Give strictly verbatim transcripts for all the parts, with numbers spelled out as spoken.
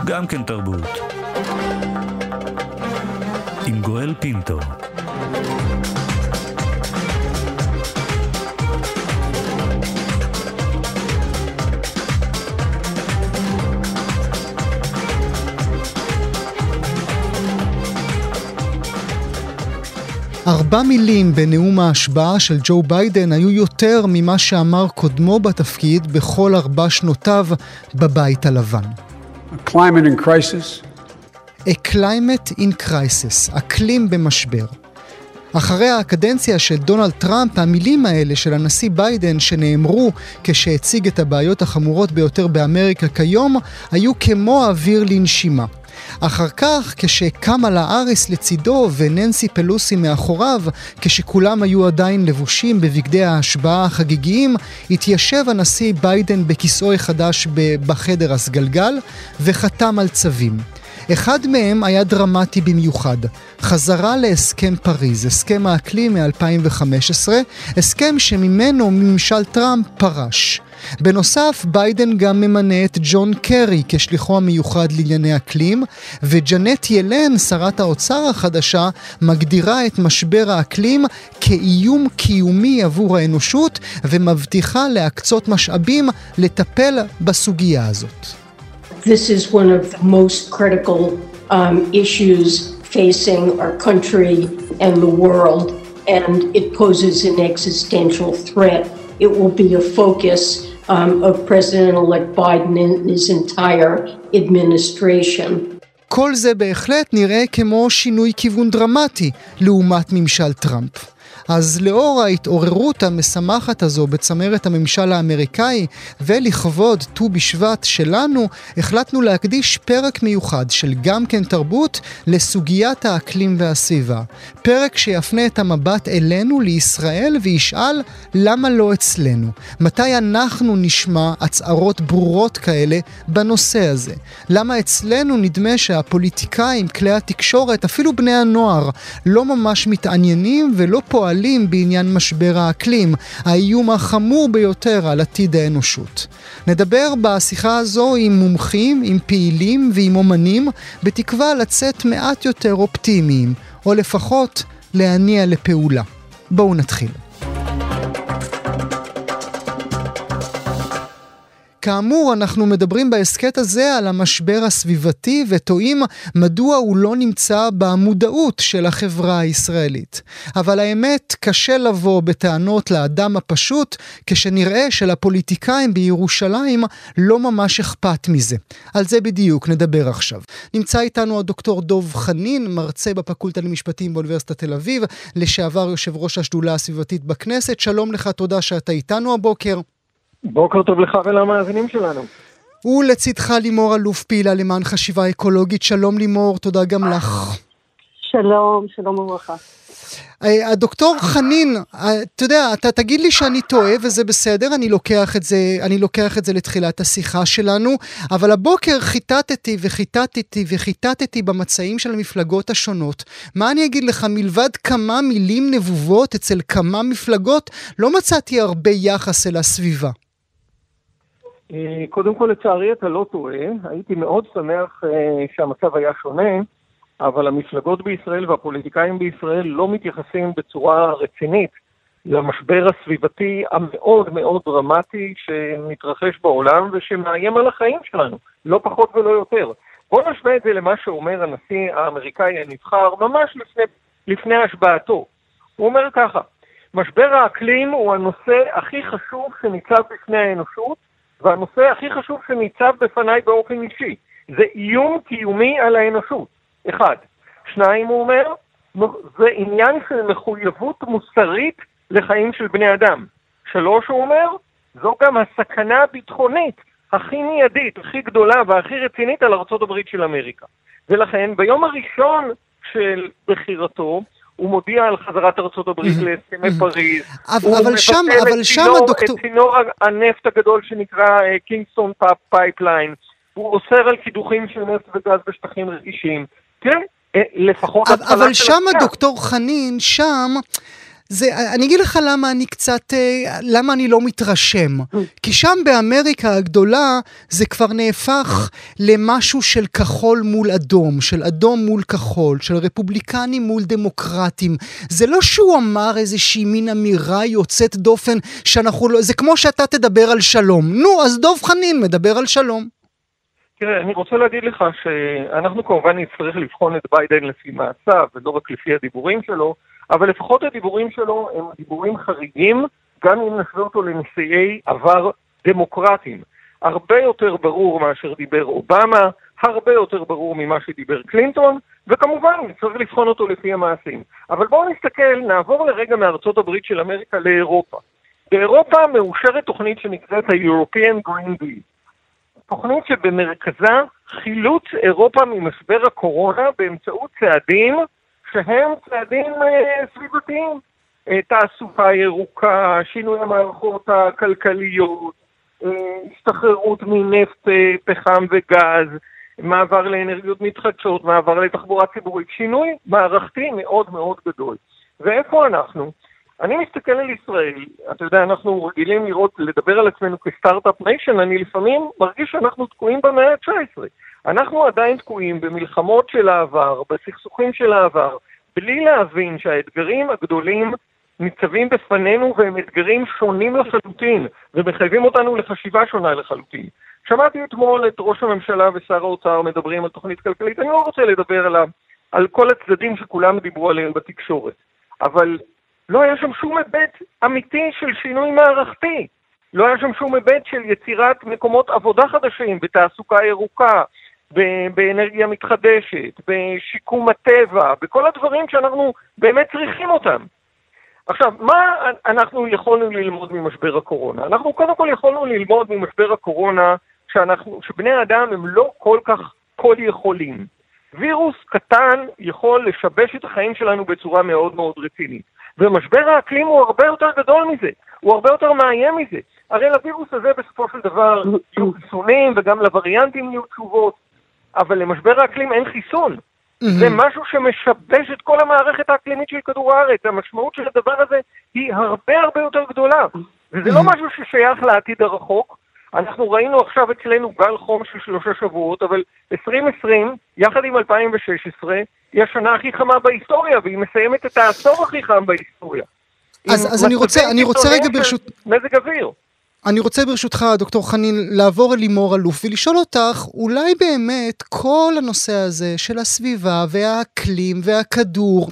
גם כן תרבות. עם גואל פינטו. ארבע מילים בנאום ההשבעה של ג'ו ביידן היו יותר ממה שאמר קודמו בתפקיד בכל ארבע שנותיו בבית הלבן. A climate in crisis. A climate in crisis, אקלים במשבר. אחרי הקדנציה של דונלד טראמפ, המילים האלה של הנשיא ביידן שנאמרו כשהציג את הבעיות החמורות ביותר באמריקה כיום, היו כמו אוויר לנשימה. אחר כך, כשקמאלה האריס לצידו וננסי פלוסי מאחוריו, כשכולם היו עדיין לבושים בבגדי ההשבעה החגיגיים, התיישב הנשיא ביידן בכיסאו החדש בחדר הסגלגל וחתם על צווים. אחד מהם היה דרמטי במיוחד, חזרה להסכם פריז, הסכם האקלים מ-אלפיים וחמש עשרה, הסכם שממנו ממשל טראמפ פרש. בנוסף, ביידן גם ממנה את ג'ון קרי כשליחו המיוחד לענייני אקלים, וג'נט ילן, שרת האוצר החדשה, מגדירה את משבר האקלים כאיום קיומי עבור האנושות, ומבטיחה להקצות משאבים לטפל בסוגיה הזאת. This is one of the most critical um, issues facing our country and the world, and it poses an existential threat. It will be a focus um, of President-elect Biden and his entire administration. כל זה בהחלט נראה כמו שינוי כיוון דרמטי לעומת ממשל טראמפ. אז לאור ההתעוררות המשמחת הזו בצמרת הממשל האמריקאי ולכבוד ט"ו בשבט שלנו, החלטנו להקדיש פרק מיוחד של גם כן תרבות לסוגיית האקלים והסביבה. פרק שיפנה את המבט אלינו, לישראל, וישאל למה לא אצלנו. מתי אנחנו נשמע הצהרות ברורות כאלה בנושא הזה? למה אצלנו נדמה שהפוליטיקאים, כלי התקשורת, אפילו בני הנוער, לא ממש מתעניינים ולא פועלים בעניין משבר האקלים, האיום החמור ביותר על עתיד האנושות. נדבר בשיחה הזו עם מומחים, עם פעילים ועם אומנים, בתקווה לצאת מעט יותר אופטימיים, או לפחות להניע לפעולה. בואו נתחיל. כאמור, אנחנו מדברים בעסקת הזה על המשבר הסביבתי ותוהים מדוע הוא לא נמצא במודעות של החברה הישראלית. אבל האמת, קשה לבוא בטענות לאדם הפשוט כשנראה שלפוליטיקאים בירושלים לא ממש אכפת מזה. על זה בדיוק נדבר עכשיו. נמצא איתנו הדוקטור דוב חנין, מרצה בפקולטה למשפטים באוניברסיטת תל אביב, לשעבר יושב ראש השדולה הסביבתית בכנסת. שלום לך, תודה שאתה איתנו הבוקר. בוקר טוב לך ולמאזינים שלנו. ולצידך לימור אלוף, פעילה למען חשיבה אקולוגית. שלום לימור, תודה גם לך. שלום, שלום וברכה. הדוקטור חנין, אתה יודע, אתה תגיד לי שאני טועה וזה בסדר, אני לוקח את זה, אני לוקח את זה לתחילת השיחה שלנו, אבל הבוקר חיטטתי וחיטטתי וחיטטתי במצעים של המפלגות השונות. מה אני אגיד לך, מלבד כמה מילים נבובות אצל כמה מפלגות, לא מצאתי הרבה יחס אל הסביבה. קודם כל, לצערי אתה לא טועה, הייתי מאוד שמח שהמצב היה שונה, אבל המפלגות בישראל והפוליטיקאים בישראל לא מתייחסים בצורה רצינית למשבר הסביבתי המאוד מאוד דרמטי שמתרחש בעולם ושמאיים על החיים שלנו, לא פחות ולא יותר. בואו נשווה את זה למה שאומר הנשיא האמריקאי הנבחר ממש לפני, לפני השבעתו. הוא אומר ככה, משבר האקלים הוא הנושא הכי חשוב שניצב בפני האנושות, והנושא הכי חשוב שניצב בפניי באופן אישי. זה איום קיומי על האנושות. אחד. שניים, הוא אומר, זה עניין של מחויבות מוסרית לחיים של בני אדם. שלוש, הוא אומר, זו גם הסכנה הביטחונית הכי מיידית, הכי גדולה והכי רצינית על ארצות הברית של אמריקה. ולכן, ביום הראשון של בחירתו, הוא מודיע על חזרת ארצות הברית להסכמי פריז. אבל שם, אבל שם הדוקטור... את צינור הנפט הגדול שנקרא קינגסטון פייפליין. הוא אוסר על קידוחים של נפט וגז בשטחים רגישים. כן, לפחות... אבל שם הדוקטור חנין, שם... זה, אני אגיד לך למה אני קצת, למה אני לא מתרשם. כי שם באמריקה הגדולה זה כבר נהפך למשהו של כחול מול אדום, של אדום מול כחול, של רפובליקנים מול דמוקרטים. זה לא שהוא אמר איזושהי מין אמירה יוצאת דופן שאנחנו לא, זה כמו שאתה תדבר על שלום. נו, אז דוב חנין מדבר על שלום. תראה, אני רוצה להגיד לך שאנחנו כמובן נצטרך לבחון את ביידן לפי מעשיו, ולא רק לפי הדיבורים שלו, אבל לפחות הדיבורים שלו הם דיבורים חריגים, גם אם נשווה אותו לנשיאי עבר דמוקרטיים. הרבה יותר ברור מאשר דיבר אובמה, הרבה יותר ברור ממה שדיבר קלינטון, וכמובן צריך לבחון אותו לפי המעשים. אבל בואו נסתכל, נעבור לרגע מארצות הברית של אמריקה לאירופה. באירופה מאושרת תוכנית שנקראת ה-European Green Deal. תוכנית שבמרכזה חילוץ אירופה ממשבר הקורונה באמצעות צעדים שהם צעדים אה, סביבתיים. אה, תעסוקה ירוקה, שינוי המערכות הכלכליות, אה, השתחררות מנפט, אה, פחם וגז, מעבר לאנרגיות מתחדשות, מעבר לתחבורה ציבורית, שינוי מערכתי מאוד מאוד גדול. ואיפה אנחנו? אני מסתכל על ישראל, אתה יודע, אנחנו רגילים לראות, לדבר על עצמנו כסטארט-אפ ניישן, אני לפעמים מרגיש שאנחנו תקועים במאה ה-תשע עשרה. אנחנו עדיין תקועים במלחמות של העבר, בסכסוכים של העבר, בלי להבין שהאתגרים הגדולים ניצבים בפנינו והם אתגרים שונים לחלוטין, ומחייבים אותנו לחשיבה שונה לחלוטין. שמעתי אתמול את ראש הממשלה ושר האוצר מדברים על תוכנית כלכלית, אני לא רוצה לדבר על, על כל הצדדים שכולם דיברו עליהם בתקשורת, אבל לא היה שם שום היבט אמיתי של שינוי מערכתי. לא היה שם שום היבט של יצירת מקומות עבודה חדשים, בתעסוקה ירוקה, באנרגיה מתחדשת, בשיקום הטבע, בכל הדברים שאנחנו באמת צריכים אותם. עכשיו, מה אנחנו יכולנו ללמוד ממשבר הקורונה? אנחנו קודם כל יכולנו ללמוד ממשבר הקורונה שאנחנו, שבני האדם הם לא כל כך כל יכולים. וירוס קטן יכול לשבש את החיים שלנו בצורה מאוד מאוד רצינית. ומשבר האקלים הוא הרבה יותר גדול מזה, הוא הרבה יותר מאיים מזה. הרי לווירוס הזה בסופו של דבר יהיו חיסונים וגם לווריאנטים יהיו תשובות, אבל למשבר האקלים אין חיסון. זה משהו שמשבש את כל המערכת האקלימית של כדור הארץ. המשמעות של הדבר הזה היא הרבה הרבה יותר גדולה. וזה לא משהו ששייך לעתיד הרחוק. אנחנו ראינו עכשיו אצלנו גל חום של שלושה שבועות, אבל עשרים עשרים, יחד עם אלפיים ושש עשרה, היא השנה הכי חמה בהיסטוריה, והיא מסיימת את העשור הכי חם בהיסטוריה. אז, אז אני רוצה, אני רוצה רגע ברשות... מזג אוויר. אני רוצה ברשותך, דוקטור חנין, לעבור אל לימור אלוף ולשאול אותך, אולי באמת כל הנושא הזה של הסביבה והאקלים והכדור,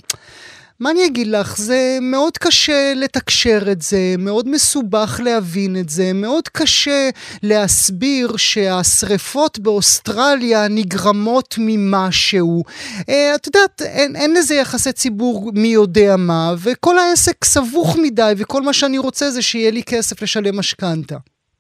מה אני אגיד לך? זה מאוד קשה לתקשר את זה, מאוד מסובך להבין את זה, מאוד קשה להסביר שהשריפות באוסטרליה נגרמות ממשהו. אה, את יודעת, אין, אין לזה יחסי ציבור מי יודע מה, וכל העסק סבוך מדי, וכל מה שאני רוצה זה שיהיה לי כסף לשלם משכנתה.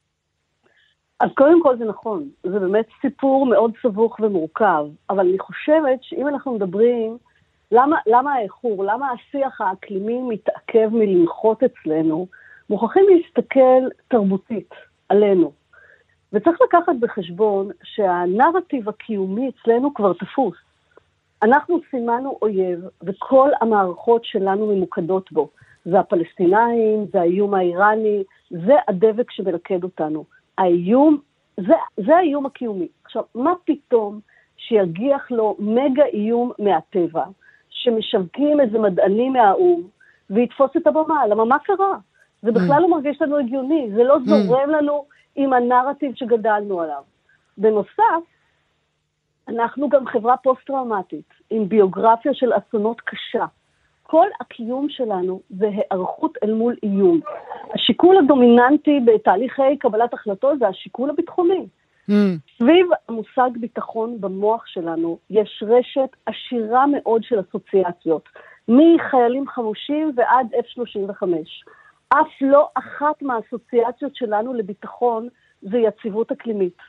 אז קודם כל זה נכון, זה באמת סיפור מאוד סבוך ומורכב, אבל אני חושבת שאם אנחנו מדברים... למה, למה האיחור, למה השיח האקלימי מתעכב מלנחות אצלנו? מוכרחים להסתכל תרבותית עלינו. וצריך לקחת בחשבון שהנרטיב הקיומי אצלנו כבר תפוס. אנחנו סימנו אויב, וכל המערכות שלנו ממוקדות בו. זה הפלסטינאים, זה האיום האיראני, זה הדבק שמלכד אותנו. האיום, זה, זה האיום הקיומי. עכשיו, מה פתאום שירגיח לו מגה איום מהטבע? שמשווקים איזה מדענים מהאום, ויתפוס את הבמה. למה מה קרה? זה בכלל לא מרגיש לנו הגיוני, זה לא זורם לנו עם הנרטיב שגדלנו עליו. בנוסף, אנחנו גם חברה פוסט-טראומטית, עם ביוגרפיה של אסונות קשה. כל הקיום שלנו זה הערכות אל מול איום. השיקול הדומיננטי בתהליכי קבלת החלטות זה השיקול הביטחוני. Mm. סביב המושג ביטחון במוח שלנו יש רשת עשירה מאוד של אסוציאציות, מחיילים חמושים ועד אף שלושים וחמש. אף לא אחת מהאסוציאציות שלנו לביטחון זה יציבות אקלימית.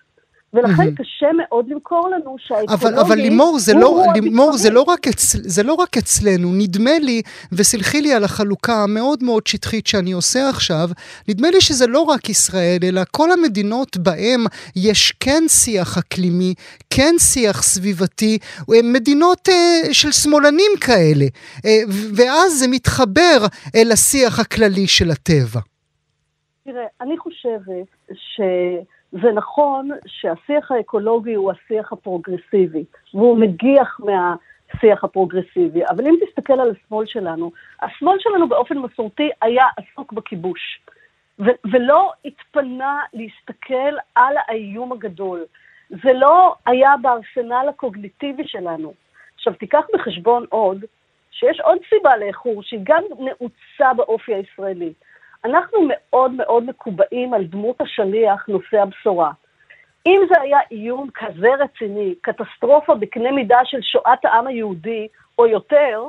ולכן קשה מאוד למכור לנו שהאקולוגי... אבל, אבל לימור, זה לא, לימור, זה לא רק אצ, זה לא רק אצלנו, נדמה לי, וסלחי לי על החלוקה המאוד מאוד שטחית שאני עושה עכשיו, נדמה לי שזה לא רק ישראל, אלא כל המדינות בהם יש כן שיח אקלימי, כן שיח סביבתי, מדינות uh, של שמאלנים כאלה, uh, ואז זה מתחבר אל השיח הכללי של הטבע. תראה, אני חושבת ש... זה נכון שהשיח האקולוגי הוא השיח הפרוגרסיבי, והוא מגיח מהשיח הפרוגרסיבי, אבל אם תסתכל על השמאל שלנו, השמאל שלנו באופן מסורתי היה עסוק בכיבוש, ו- ולא התפנה להסתכל על האיום הגדול. זה לא היה בארסנל הקוגניטיבי שלנו. עכשיו תיקח בחשבון עוד, שיש עוד סיבה לאיחור, שהיא גם נעוצה באופי הישראלי. אנחנו מאוד מאוד מקובעים על דמות השליח נושא הבשורה. אם זה היה איום כזה רציני, קטסטרופה בקנה מידה של שואת העם היהודי, או יותר,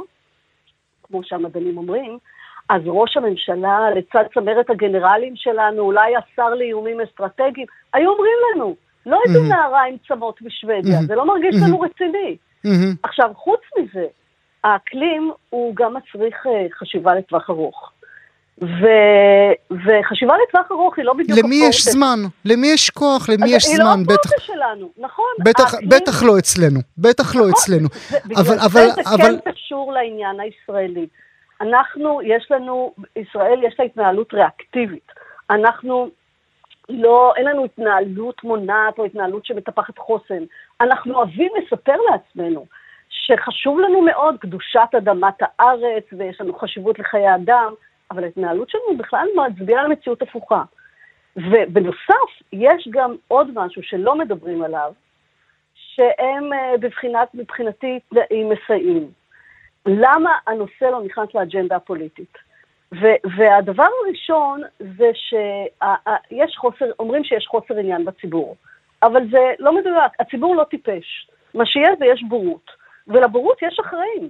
כמו שהמדענים אומרים, אז ראש הממשלה, לצד צמרת הגנרלים שלנו, אולי השר לאיומים אסטרטגיים, היו אומרים לנו, לא איזו נערה עם צמות בשוודיה, זה לא מרגיש לנו רציני. עכשיו, חוץ מזה, האקלים הוא גם מצריך חשיבה לטווח ארוך. ו... וחשיבה לטווח ארוך היא לא בדיוק... למי יש זמן? למי יש כוח? למי יש זמן? היא לא הפורטה שלנו, נכון? בטח, בטח לא אצלנו, בטח לא אצלנו. אבל, אבל, זה כן קשור לעניין הישראלי. אנחנו, יש לנו, ישראל יש לה התנהלות ריאקטיבית. אנחנו לא, אין לנו התנהלות מונעת או התנהלות שמטפחת חוסן. אנחנו אוהבים לספר לעצמנו שחשוב לנו מאוד קדושת אדמת הארץ, ויש לנו חשיבות לחיי אדם, אבל ההתנהלות שלנו בכלל מצביעה על מציאות הפוכה. ובנוסף, יש גם עוד משהו שלא מדברים עליו, שהם בבחינת, מבחינתי מסייעים. למה הנושא לא נכנס לאג'נדה הפוליטית? ו- והדבר הראשון זה שיש חוסר, אומרים שיש חוסר עניין בציבור, אבל זה לא מדויק, הציבור לא טיפש. מה שיש זה יש בורות, ולבורות יש אחראים.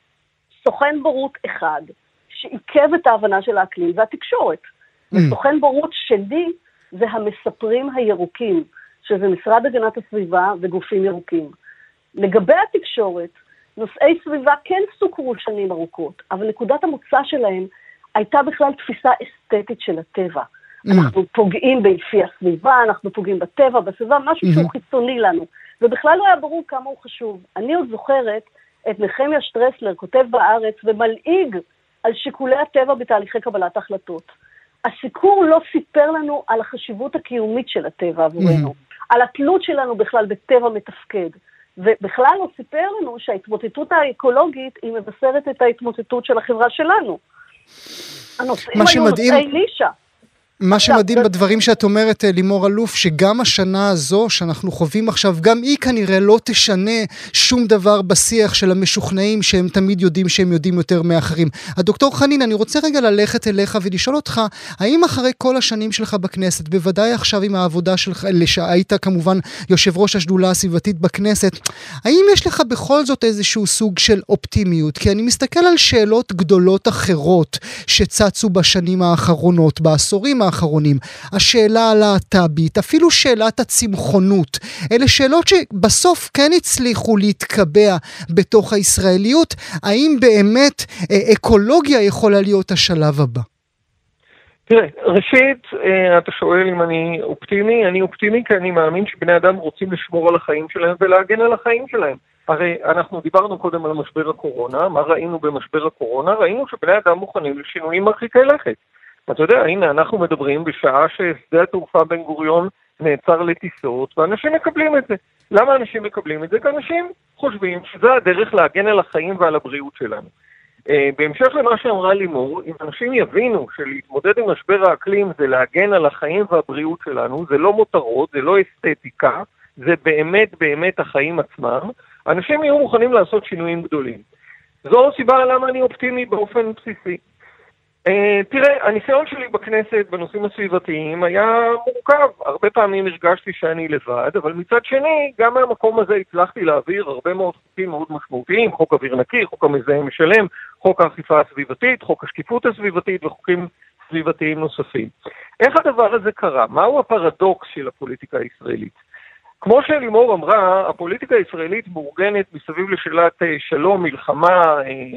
סוכן בורות אחד, שעיכב את ההבנה של האקלים, זה התקשורת. Mm. וסוכן בורות שלי זה המספרים הירוקים, שזה משרד הגנת הסביבה וגופים ירוקים. לגבי התקשורת, נושאי סביבה כן סוכרו שנים ארוכות, אבל נקודת המוצא שלהם הייתה בכלל תפיסה אסתטית של הטבע. Mm. אנחנו פוגעים ביפי הסביבה, אנחנו פוגעים בטבע, בסביבה, משהו mm-hmm. שהוא חיצוני לנו. ובכלל לא היה ברור כמה הוא חשוב. אני עוד זוכרת את נחמיה שטרסלר, כותב בארץ, ומלעיג על שיקולי הטבע בתהליכי קבלת החלטות. הסיקור לא סיפר לנו על החשיבות הקיומית של הטבע עבורנו, mm-hmm. על התלות שלנו בכלל בטבע מתפקד, ובכלל לא סיפר לנו שההתמוטטות האקולוגית היא מבשרת את ההתמוטטות של החברה שלנו. הנושאים היו נושאי נישה. מה שמדהים בדברים שאת אומרת, לימור אלוף, שגם השנה הזו שאנחנו חווים עכשיו, גם היא כנראה לא תשנה שום דבר בשיח של המשוכנעים שהם תמיד יודעים שהם יודעים יותר מאחרים. הדוקטור חנין, אני רוצה רגע ללכת אליך ולשאול אותך, האם אחרי כל השנים שלך בכנסת, בוודאי עכשיו עם העבודה שלך, שהיית כמובן יושב ראש השדולה הסביבתית בכנסת, האם יש לך בכל זאת איזשהו סוג של אופטימיות? כי אני מסתכל על שאלות גדולות אחרות שצצו בשנים האחרונות, בעשורים האחרונים, האחרונים, השאלה הלהט"בית, אפילו שאלת הצמחונות, אלה שאלות שבסוף כן הצליחו להתקבע בתוך הישראליות. האם באמת אקולוגיה יכולה להיות השלב הבא? תראה, ראשית, אתה שואל אם אני אופטימי, אני אופטימי כי אני מאמין שבני אדם רוצים לשמור על החיים שלהם ולהגן על החיים שלהם. הרי אנחנו דיברנו קודם על משבר הקורונה, מה ראינו במשבר הקורונה? ראינו שבני אדם מוכנים לשינויים מרחיקי לכת. אתה יודע, הנה, אנחנו מדברים בשעה ששדה התעופה בן גוריון נעצר לטיסות, ואנשים מקבלים את זה. למה אנשים מקבלים את זה? כי אנשים חושבים שזה הדרך להגן על החיים ועל הבריאות שלנו. Uh, בהמשך למה שאמרה לימור, אם אנשים יבינו שלהתמודד עם משבר האקלים זה להגן על החיים והבריאות שלנו, זה לא מותרות, זה לא אסתטיקה, זה באמת באמת החיים עצמם, אנשים יהיו מוכנים לעשות שינויים גדולים. זו הסיבה למה אני אופטימי באופן בסיסי. Uh, תראה, הניסיון שלי בכנסת בנושאים הסביבתיים היה מורכב. הרבה פעמים הרגשתי שאני לבד, אבל מצד שני, גם מהמקום הזה הצלחתי להעביר הרבה מאוד חוקים מאוד משמעותיים, חוק אוויר נקי, חוק המזהם משלם, חוק האכיפה הסביבתית, חוק השקיפות הסביבתית וחוקים סביבתיים נוספים. איך הדבר הזה קרה? מהו הפרדוקס של הפוליטיקה הישראלית? כמו שלימור אמרה, הפוליטיקה הישראלית מאורגנת מסביב לשאלת שלום, מלחמה,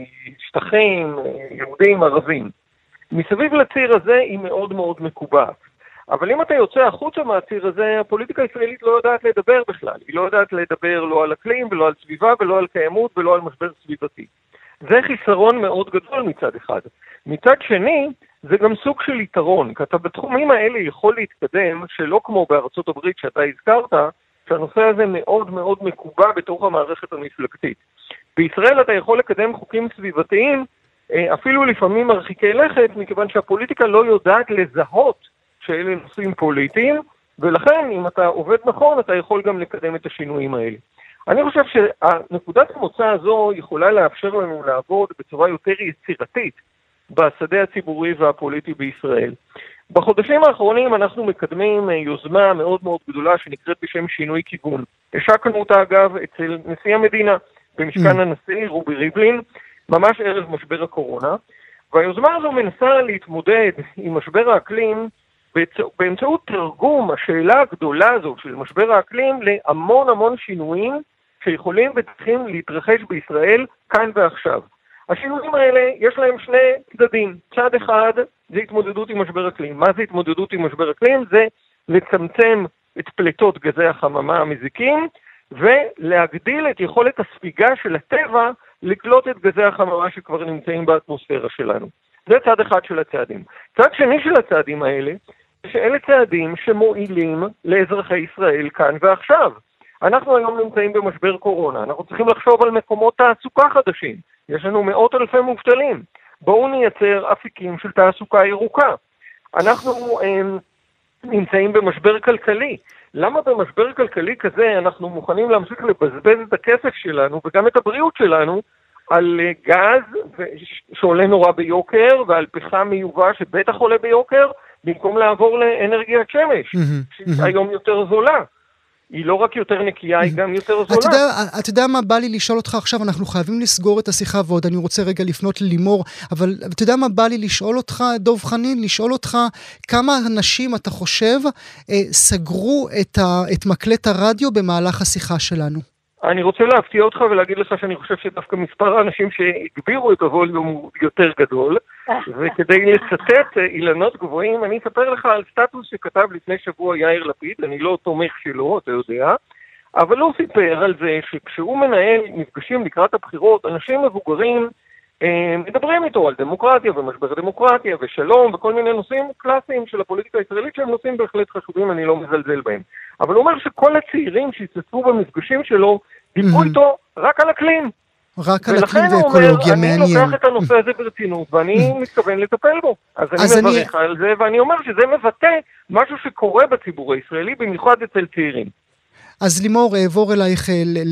שטחים, יהודים, ערבים. מסביב לציר הזה היא מאוד מאוד מקובעת. אבל אם אתה יוצא החוצה מהציר הזה, הפוליטיקה הישראלית לא יודעת לדבר בכלל. היא לא יודעת לדבר לא על אקלים ולא על סביבה ולא על קיימות ולא על משבר סביבתי. זה חיסרון מאוד גדול מצד אחד. מצד שני, זה גם סוג של יתרון, כי אתה בתחומים האלה יכול להתקדם, שלא כמו בארצות הברית שאתה הזכרת, שהנושא הזה מאוד מאוד מקובע בתוך המערכת המפלגתית. בישראל אתה יכול לקדם חוקים סביבתיים, אפילו לפעמים מרחיקי לכת, מכיוון שהפוליטיקה לא יודעת לזהות שאלה נושאים פוליטיים, ולכן אם אתה עובד נכון, אתה יכול גם לקדם את השינויים האלה. אני חושב שהנקודת המוצא הזו יכולה לאפשר לנו לעבוד בצורה יותר יצירתית בשדה הציבורי והפוליטי בישראל. בחודשים האחרונים אנחנו מקדמים יוזמה מאוד מאוד גדולה שנקראת בשם שינוי כיוון. השקנו אותה אגב אצל נשיא המדינה במשכן הנשיא רובי ריבלין, ממש ערב משבר הקורונה, והיוזמה הזו מנסה להתמודד עם משבר האקלים באמצעות תרגום השאלה הגדולה הזו של משבר האקלים להמון המון שינויים שיכולים וצריכים להתרחש בישראל כאן ועכשיו. השינויים האלה יש להם שני צדדים. צד אחד זה התמודדות עם משבר אקלים. מה זה התמודדות עם משבר אקלים? זה לצמצם את פליטות גזי החממה המזיקים ולהגדיל את יכולת הספיגה של הטבע לקלוט את גזי החממה שכבר נמצאים באטמוספירה שלנו. זה צד אחד של הצעדים. צד שני של הצעדים האלה, שאלה צעדים שמועילים לאזרחי ישראל כאן ועכשיו. אנחנו היום נמצאים במשבר קורונה, אנחנו צריכים לחשוב על מקומות תעסוקה חדשים. יש לנו מאות אלפי מובטלים. בואו נייצר אפיקים של תעסוקה ירוקה. אנחנו אה, נמצאים במשבר כלכלי. למה במשבר כלכלי כזה אנחנו מוכנים להמשיך לבזבז את הכסף שלנו וגם את הבריאות שלנו על גז שעולה נורא ביוקר ועל פחם מיובא שבטח עולה ביוקר, במקום לעבור לאנרגיית שמש, שהיא היום יותר זולה. היא לא רק יותר נקייה, היא גם יותר זולה. אתה יודע, אתה יודע מה בא לי לשאול אותך עכשיו? אנחנו חייבים לסגור את השיחה ועוד אני רוצה רגע לפנות ללימור, אבל אתה יודע מה בא לי לשאול אותך, דוב חנין, לשאול אותך כמה אנשים אתה חושב סגרו את, ה, את מקלט הרדיו במהלך השיחה שלנו? אני רוצה להפתיע אותך ולהגיד לך שאני חושב שדווקא מספר האנשים שהגבירו את הווליום הוא יותר גדול, וכדי לצטט אילנות גבוהים, אני אספר לך על סטטוס שכתב לפני שבוע יאיר לפיד, אני לא תומך שלו, אתה יודע, אבל הוא סיפר על זה שכשהוא מנהל מפגשים לקראת הבחירות, אנשים מבוגרים אה, מדברים איתו על דמוקרטיה ומשבר דמוקרטיה ושלום וכל מיני נושאים קלאסיים של הפוליטיקה הישראלית שהם נושאים בהחלט חשובים, אני לא מזלזל בהם. אבל הוא אומר שכל הצעירים שהצטרפו במפגשים שלו דיברו איתו רק על אקלים. רק על אקלים ואקולוגיה, מעניין. אני לוקח את הנושא הזה ברצינות, ואני מתכוון לטפל בו. אז אני מברך על זה, ואני אומר שזה מבטא משהו שקורה בציבור הישראלי, במיוחד אצל צעירים. אז לימור, אעבור אלייך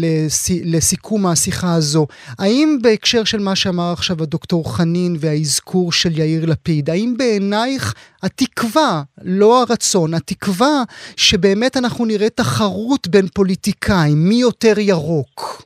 לסיכום השיחה הזו. האם בהקשר של מה שאמר עכשיו הדוקטור חנין והאזכור של יאיר לפיד, האם בעינייך התקווה, לא הרצון, התקווה שבאמת אנחנו נראה תחרות בין פוליטיקאים, מי יותר ירוק?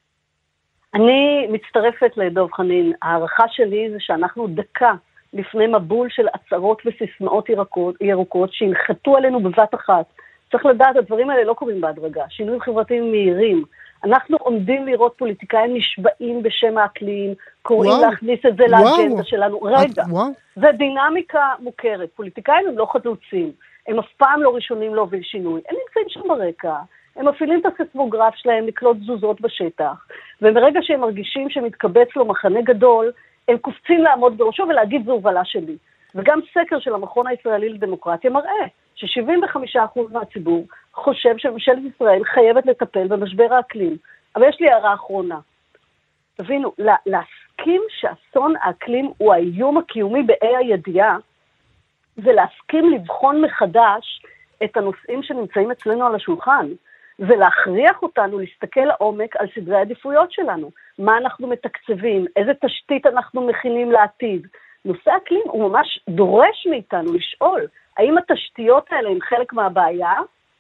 אני מצטרפת לדוב חנין. הערכה שלי זה שאנחנו דקה לפני מבול של עצרות וסיסמאות ירוקות, ירוקות שינחתו עלינו בבת אחת. צריך לדעת, הדברים האלה לא קורים בהדרגה. שינויים חברתיים מהירים. אנחנו עומדים לראות פוליטיקאים נשבעים בשם האקלים, קוראים וואו. להכניס את זה לאג'נדה וואו. שלנו. רגע, וואו. זה דינמיקה מוכרת. פוליטיקאים הם לא חלוצים. הם אף פעם לא ראשונים להוביל שינוי. הם נמצאים שם ברקע. הם מפעילים את הססמוגרף שלהם לקלוט תזוזות בשטח. וברגע שהם מרגישים שמתקבץ לו מחנה גדול, הם קופצים לעמוד בראשו ולהגיד זו הובלה שלי. וגם סקר של המכון הישראלי לדמוקרטיה מראה ש-שבעים וחמישה אחוז מהציבור חושב שממשלת ישראל חייבת לטפל במשבר האקלים. אבל יש לי הערה אחרונה. תבינו, להסכים שאסון האקלים הוא האיום הקיומי באי הידיעה, זה להסכים לבחון מחדש את הנושאים שנמצאים אצלנו על השולחן, ולהכריח אותנו להסתכל לעומק על סדרי העדיפויות שלנו. מה אנחנו מתקצבים, איזה תשתית אנחנו מכינים לעתיד. נושא אקלים הוא ממש דורש מאיתנו לשאול, האם התשתיות האלה הן חלק מהבעיה,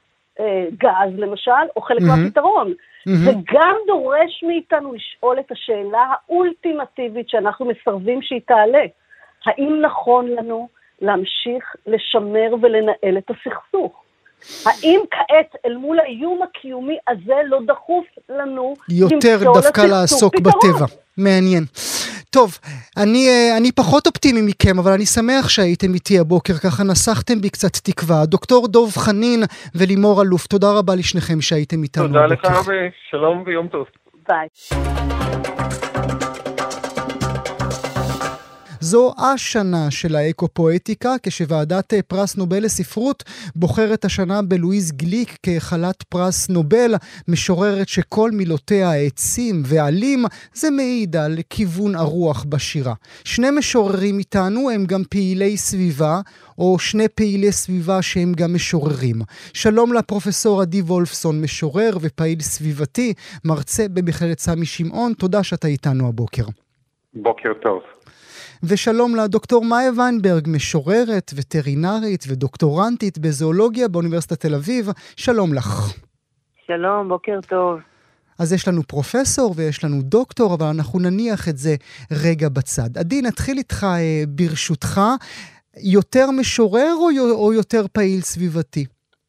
גז למשל, או חלק mm-hmm. מהפתרון. Mm-hmm. זה גם דורש מאיתנו לשאול את השאלה האולטימטיבית שאנחנו מסרבים שהיא תעלה. האם נכון לנו להמשיך לשמר ולנהל את הסכסוך? האם כעת אל מול האיום הקיומי הזה לא דחוף לנו יותר דווקא לעסוק בטבע? מעניין. טוב, אני, אני פחות אופטימי מכם, אבל אני שמח שהייתם איתי הבוקר, ככה נסחתם בי קצת תקווה. דוקטור דוב חנין ולימור אלוף, תודה רבה לשניכם שהייתם איתנו תודה הבוקר. לך ושלום ויום טוב. ביי. זו השנה של האקופואטיקה, כשוועדת פרס נובל לספרות בוחרת השנה בלואיז גליק כחלת פרס נובל, משוררת שכל מילותיה העצים ועלים, זה מעיד על כיוון הרוח בשירה. שני משוררים איתנו הם גם פעילי סביבה, או שני פעילי סביבה שהם גם משוררים. שלום לפרופסור עדי וולפסון, משורר ופעיל סביבתי, מרצה במכללת סמי שמעון, תודה שאתה איתנו הבוקר. בוקר טוב. ושלום לדוקטור מאיה ויינברג, משוררת, וטרינרית ודוקטורנטית בזואולוגיה באוניברסיטת תל אביב. שלום לך. שלום, בוקר טוב. אז יש לנו פרופסור ויש לנו דוקטור, אבל אנחנו נניח את זה רגע בצד. עדי, נתחיל איתך ברשותך. יותר משורר או, או יותר פעיל סביבתי?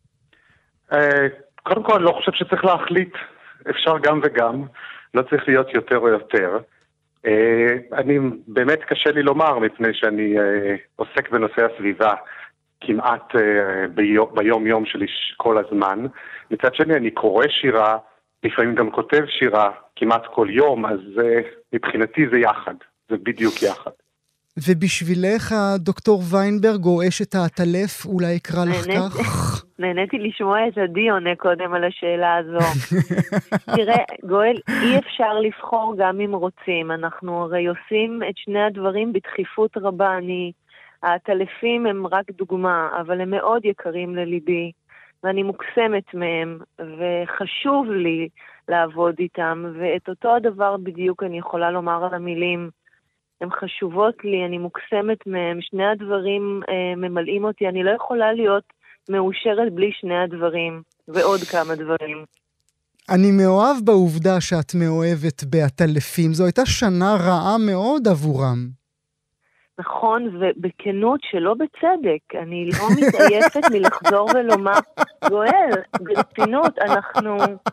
קודם כל, אני לא חושב שצריך להחליט. אפשר גם וגם. לא צריך להיות יותר או יותר. אני באמת קשה לי לומר, מפני שאני עוסק בנושא הסביבה כמעט ביום יום שלי כל הזמן. מצד שני אני קורא שירה, לפעמים גם כותב שירה כמעט כל יום, אז מבחינתי זה יחד, זה בדיוק יחד. ובשבילך דוקטור ויינברג או אשת העטלף, אולי אקרא לך כך? נהניתי לשמוע את עדי עונה קודם על השאלה הזו. תראה, גואל, אי אפשר לבחור גם אם רוצים. אנחנו הרי עושים את שני הדברים בדחיפות רבה. אני, העטלפים הם רק דוגמה, אבל הם מאוד יקרים לליבי, ואני מוקסמת מהם, וחשוב לי לעבוד איתם, ואת אותו הדבר בדיוק אני יכולה לומר על המילים. הן חשובות לי, אני מוקסמת מהם, שני הדברים אה, ממלאים אותי, אני לא יכולה להיות מאושרת בלי שני הדברים, ועוד כמה דברים. אני מאוהב בעובדה שאת מאוהבת בעטלפים, זו הייתה שנה רעה מאוד עבורם. נכון, ובכנות שלא בצדק, אני לא מתעייפת מלחזור ולומר, גואל, ברצינות, אנחנו...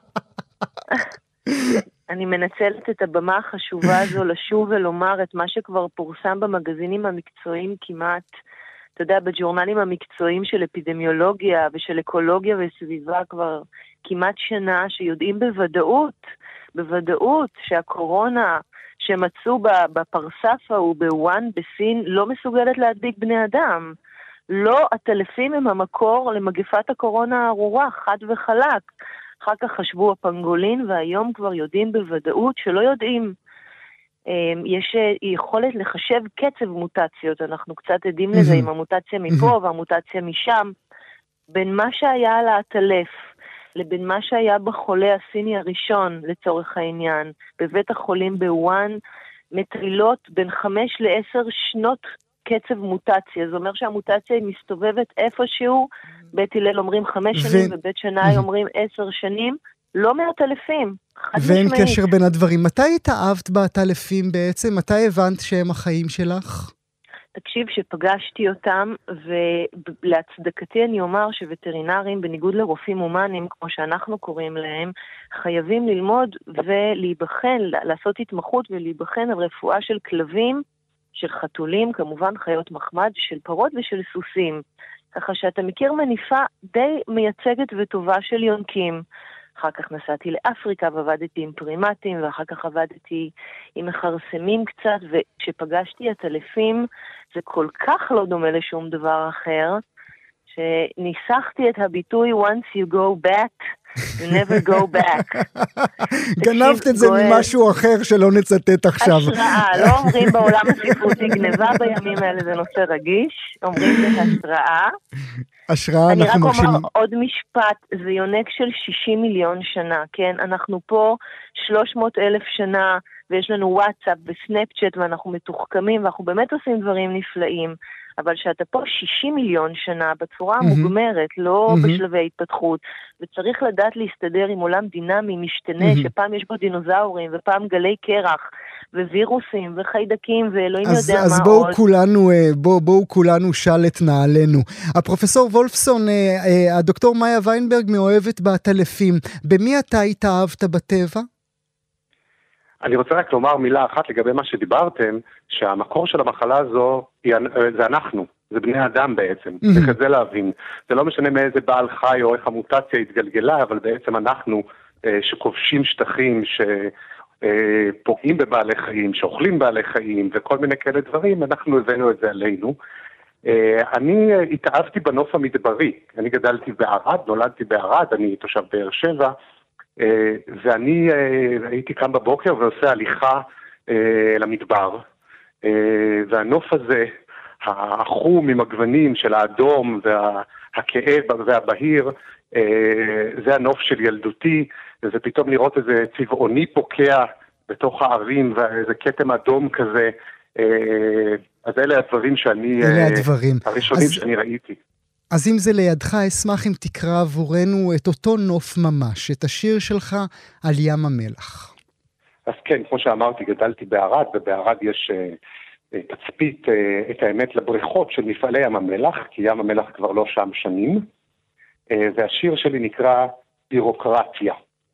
אני מנצלת את הבמה החשובה הזו לשוב ולומר את מה שכבר פורסם במגזינים המקצועיים כמעט, אתה יודע, בג'ורנלים המקצועיים של אפידמיולוגיה ושל אקולוגיה וסביבה כבר כמעט שנה, שיודעים בוודאות, בוודאות שהקורונה שמצאו בפרסף ההוא בוואן בסין לא מסוגלת להדביק בני אדם. לא, הטלפים הם המקור למגפת הקורונה הארורה, חד וחלק. אחר כך חשבו הפנגולין, והיום כבר יודעים בוודאות שלא יודעים. יש יכולת לחשב קצב מוטציות, אנחנו קצת עדים לזה עם המוטציה מפה והמוטציה משם, בין מה שהיה על העטלף, לבין מה שהיה בחולה הסיני הראשון, לצורך העניין, בבית החולים בוואן, מטרילות בין חמש לעשר שנות קצב מוטציה. זה אומר שהמוטציה היא מסתובבת איפשהו, בית הלל אומרים חמש שנים, ו... ובית שנאי אומרים עשר שנים, לא מעטלפים. ואין קשר בין הדברים. מתי התאהבת בעטלפים בעצם? מתי הבנת שהם החיים שלך? תקשיב, שפגשתי אותם, ולהצדקתי אני אומר שווטרינרים, בניגוד לרופאים הומניים, כמו שאנחנו קוראים להם, חייבים ללמוד ולהיבחן, לעשות התמחות ולהיבחן על רפואה של כלבים, של חתולים, כמובן חיות מחמד, של פרות ושל סוסים. ככה שאתה מכיר מניפה די מייצגת וטובה של יונקים. אחר כך נסעתי לאפריקה ועבדתי עם פרימטים, ואחר כך עבדתי עם מחרסמים קצת, וכשפגשתי עטלפים, זה כל כך לא דומה לשום דבר אחר, שניסחתי את הביטוי once you go back, you never go back. גנבת את זה ממשהו אחר שלא נצטט עכשיו. השראה, לא אומרים בעולם הספרותי גנבה בימים האלה, זה נושא רגיש, אומרים זה השראה. השראה, אני אנחנו רק מרשים... אומר עוד משפט, זה יונק של שישים מיליון שנה, כן? אנחנו פה שלוש מאות אלף שנה, ויש לנו וואטסאפ וסנאפצ'אט, ואנחנו מתוחכמים, ואנחנו באמת עושים דברים נפלאים. אבל שאתה פה שישים מיליון שנה בצורה מוגמרת, לא בשלבי התפתחות, וצריך לדעת להסתדר עם עולם דינמי, משתנה, שפעם יש בו דינוזאורים, ופעם גלי קרח, ווירוסים וחיידקים ואלוהים אז, יודע אז מה בואו עוד. כולנו, בואו, בואו כולנו של את נעלינו. הפרופסור וולפסון, הדוקטור מאיה ויינברג מאוהבת בעטלפים. במי אתה התאהבת בטבע? אני רוצה רק לומר מילה אחת לגבי מה שדיברתם, שהמקור של המחלה הזו זה אנחנו, זה בני אדם בעצם, צריך את זה להבין. זה לא משנה מאיזה בעל חי או איך המוטציה התגלגלה, אבל בעצם אנחנו שכובשים שטחים, שפוגעים בבעלי חיים, שאוכלים בעלי חיים וכל מיני כאלה דברים, אנחנו הבאנו את זה עלינו. אני התאהבתי בנוף המדברי, אני גדלתי בערד, נולדתי בערד, אני תושב באר שבע, ואני הייתי קם בבוקר ועושה הליכה למדבר, והנוף הזה, החום עם הגוונים של האדום והכאב והבהיר, זה הנוף של ילדותי, וזה פתאום לראות איזה צבעוני פוקע בתוך הערים ואיזה כתם אדום כזה, אז אלה הדברים שאני, אלה הדברים. הראשונים אז... שאני ראיתי. אז אם זה לידך, אשמח אם תקרא עבורנו את אותו נוף ממש, את השיר שלך על ים המלח. אז כן, כמו שאמרתי, גדלתי בערד, ובערד יש uh, תצפית, uh, את האמת, לבריכות של מפעלי ים המלח, כי ים המלח כבר לא שם שנים, uh, והשיר שלי נקרא בירוקרטיה.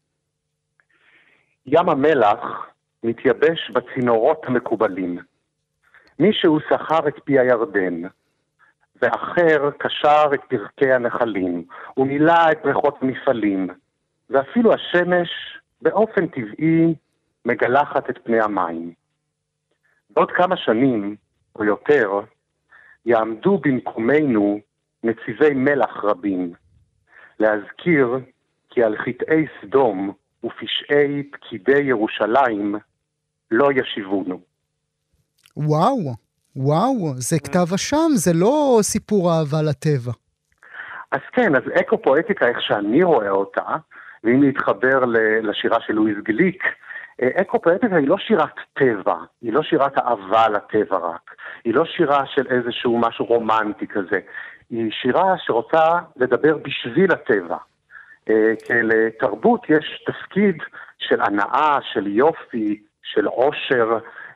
ים המלח מתייבש בצינורות המקובלים. מישהו שכר את פי הירדן, ואחר קשר את פרקי הנחלים, ומילא את בריכות המפעלים, ואפילו השמש באופן טבעי מגלחת את פני המים. בעוד כמה שנים, או יותר, יעמדו במקומנו נציבי מלח רבים, להזכיר כי על חטאי סדום ופשעי פקידי ירושלים לא ישיבונו. וואו, וואו, זה כתב השם, זה לא סיפור אהבה לטבע. אז כן, אז אקו-פואטיקה, איך שאני רואה אותה, ואם להתחבר לשירה של לואיס גליק, אקו-פואטיקה היא לא שירת טבע, היא לא שירת אהבה לטבע רק, היא לא שירה של איזשהו משהו רומנטי כזה, היא שירה שרוצה לדבר בשביל הטבע. כי לתרבות יש תפקיד של הנאה, של יופי, של עושר,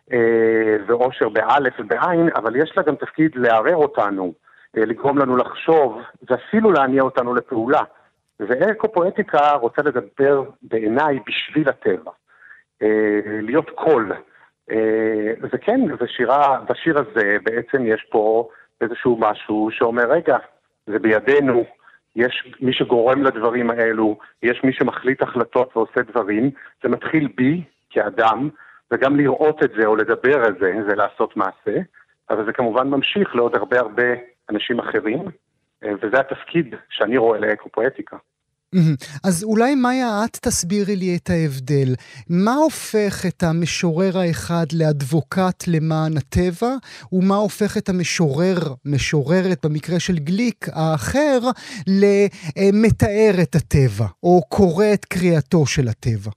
ועושר באלף ובעין, אבל יש לה גם תפקיד לערער אותנו, לגרום לנו לחשוב, ואפילו להניע אותנו לפעולה. ואקו-פואטיקה רוצה לדבר בעיניי בשביל הטבע, להיות קול. וכן, בשירה, בשיר הזה בעצם יש פה איזשהו משהו שאומר, רגע, זה בידינו, יש מי שגורם לדברים האלו, יש מי שמחליט החלטות ועושה דברים, זה מתחיל בי כאדם, וגם לראות את זה או לדבר את זה, זה לעשות מעשה, אבל זה כמובן ממשיך לעוד הרבה הרבה אנשים אחרים, וזה התפקיד שאני רואה לאקו-פואטיקה. אז אולי מאיה, את תסבירי לי את ההבדל. מה הופך את המשורר האחד לאדבוקט למען הטבע, ומה הופך את המשורר, משוררת במקרה של גליק, האחר, למתאר את הטבע, או קורא את קריאתו של הטבע?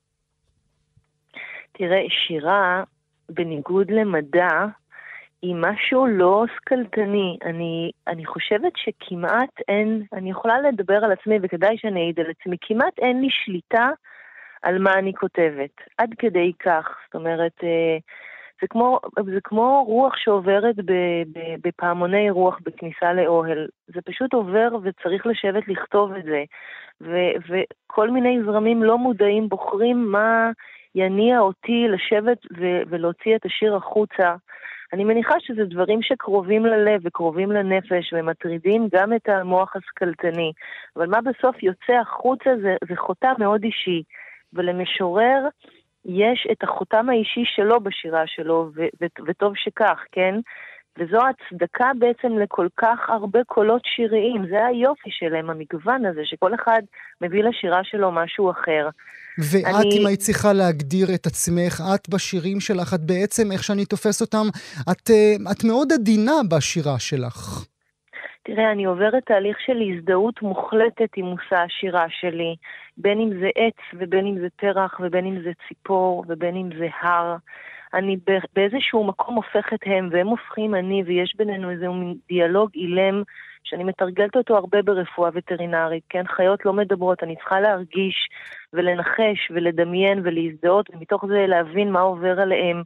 תראה, שירה, בניגוד למדע, היא משהו לא סקלטני. אני, אני חושבת שכמעט אין, אני יכולה לדבר על עצמי וכדאי שאני אעיד על עצמי, כמעט אין לי שליטה על מה אני כותבת. עד כדי כך. זאת אומרת, זה כמו, זה כמו רוח שעוברת בפעמוני רוח בכניסה לאוהל. זה פשוט עובר וצריך לשבת לכתוב את זה. ו, וכל מיני זרמים לא מודעים בוחרים מה יניע אותי לשבת ו- ולהוציא את השיר החוצה. אני מניחה שזה דברים שקרובים ללב וקרובים לנפש ומטרידים גם את המוח הסקלטני. אבל מה בסוף יוצא החוצה זה, זה חותם מאוד אישי. ולמשורר יש את החותם האישי שלו בשירה שלו, ו- ו- וטוב שכך, כן? וזו הצדקה בעצם לכל כך הרבה קולות שיריים. זה היופי שלהם, המגוון הזה, שכל אחד מביא לשירה שלו משהו אחר. ואת, אני... אם היית צריכה להגדיר את עצמך, את בשירים שלך, את בעצם, איך שאני תופס אותם, את, את מאוד עדינה בשירה שלך. תראה, אני עוברת תהליך של הזדהות מוחלטת עם מושא השירה שלי, בין אם זה עץ ובין אם זה פרח ובין אם זה ציפור ובין אם זה הר. אני באיזשהו מקום הופכת הם והם הופכים אני, ויש בינינו איזה דיאלוג אילם שאני מתרגלת אותו הרבה ברפואה וטרינרית, כן? חיות לא מדברות, אני צריכה להרגיש ולנחש ולדמיין ולהזדהות, ומתוך זה להבין מה עובר עליהם.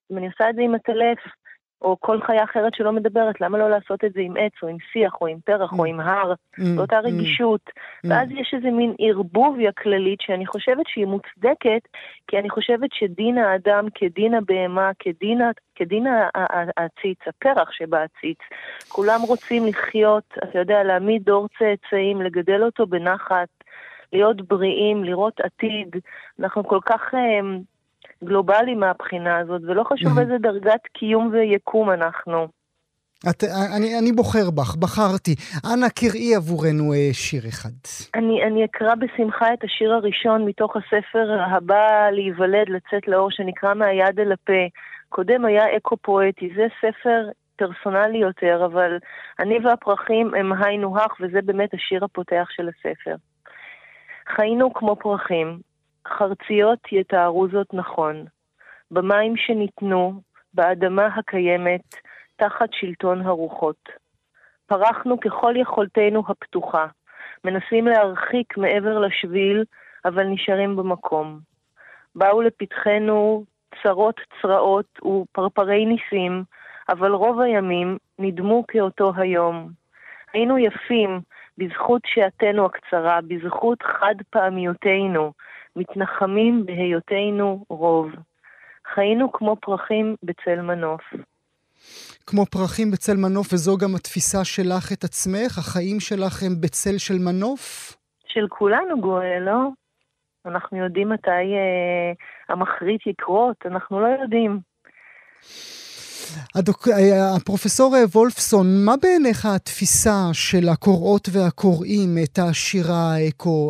אם אני עושה את זה עם הטלף, או כל חיה אחרת שלא מדברת, למה לא לעשות את זה עם עץ, או עם שיח, או עם פרח, או עם הר, באותה רגישות. ואז יש איזה מין ערבוביה כללית, שאני חושבת שהיא מוצדקת, כי אני חושבת שדין האדם, כדין הבהמה, כדין, כדין העציץ, הפרח שבעציץ, כולם רוצים לחיות, אתה יודע, להעמיד דור צאצאים, לגדל אותו בנחת, להיות בריאים, לראות עתיד. אנחנו כל כך גלובלי מהבחינה הזאת, ולא חשוב איזה דרגת קיום ויקום אנחנו. את, אני, אני בוחר בך, בחרתי. אנא קראי עבורנו שיר אחד. אני, אני אקרא בשמחה את השיר הראשון מתוך הספר הבא להיוולד, לצאת לאור, שנקרא מהיד אל הפה. קודם היה אקו פואטי, זה ספר פרסונלי יותר, אבל אני והפרחים הם היינו הך, וזה באמת השיר הפותח של הספר. חיינו כמו פרחים, חרציות יתארו זאת נכון, במים שניתנו, באדמה הקיימת, תחת שלטון הרוחות. פרחנו ככל יכולתנו הפתוחה, מנסים להרחיק מעבר לשביל, אבל נשארים במקום. באו לפתחנו צרות צרעות ופרפרי ניסים, אבל רוב הימים נדמו כאותו היום. היינו יפים בזכות שעתנו הקצרה, בזכות חד פעמיותנו, מתנחמים בהיותנו רוב. חיינו כמו פרחים בצל מנוף. כמו פרחים בצל מנוף, וזו גם התפיסה שלך את עצמך? החיים שלך הם בצל של מנוף? של כולנו, גואל, לא? אנחנו יודעים מתי אה, המחריט יקרות, אנחנו לא יודעים. הדוק... הפרופסור וולפסון, מה בעיניך התפיסה של הקוראות והקוראים את השירה האקו,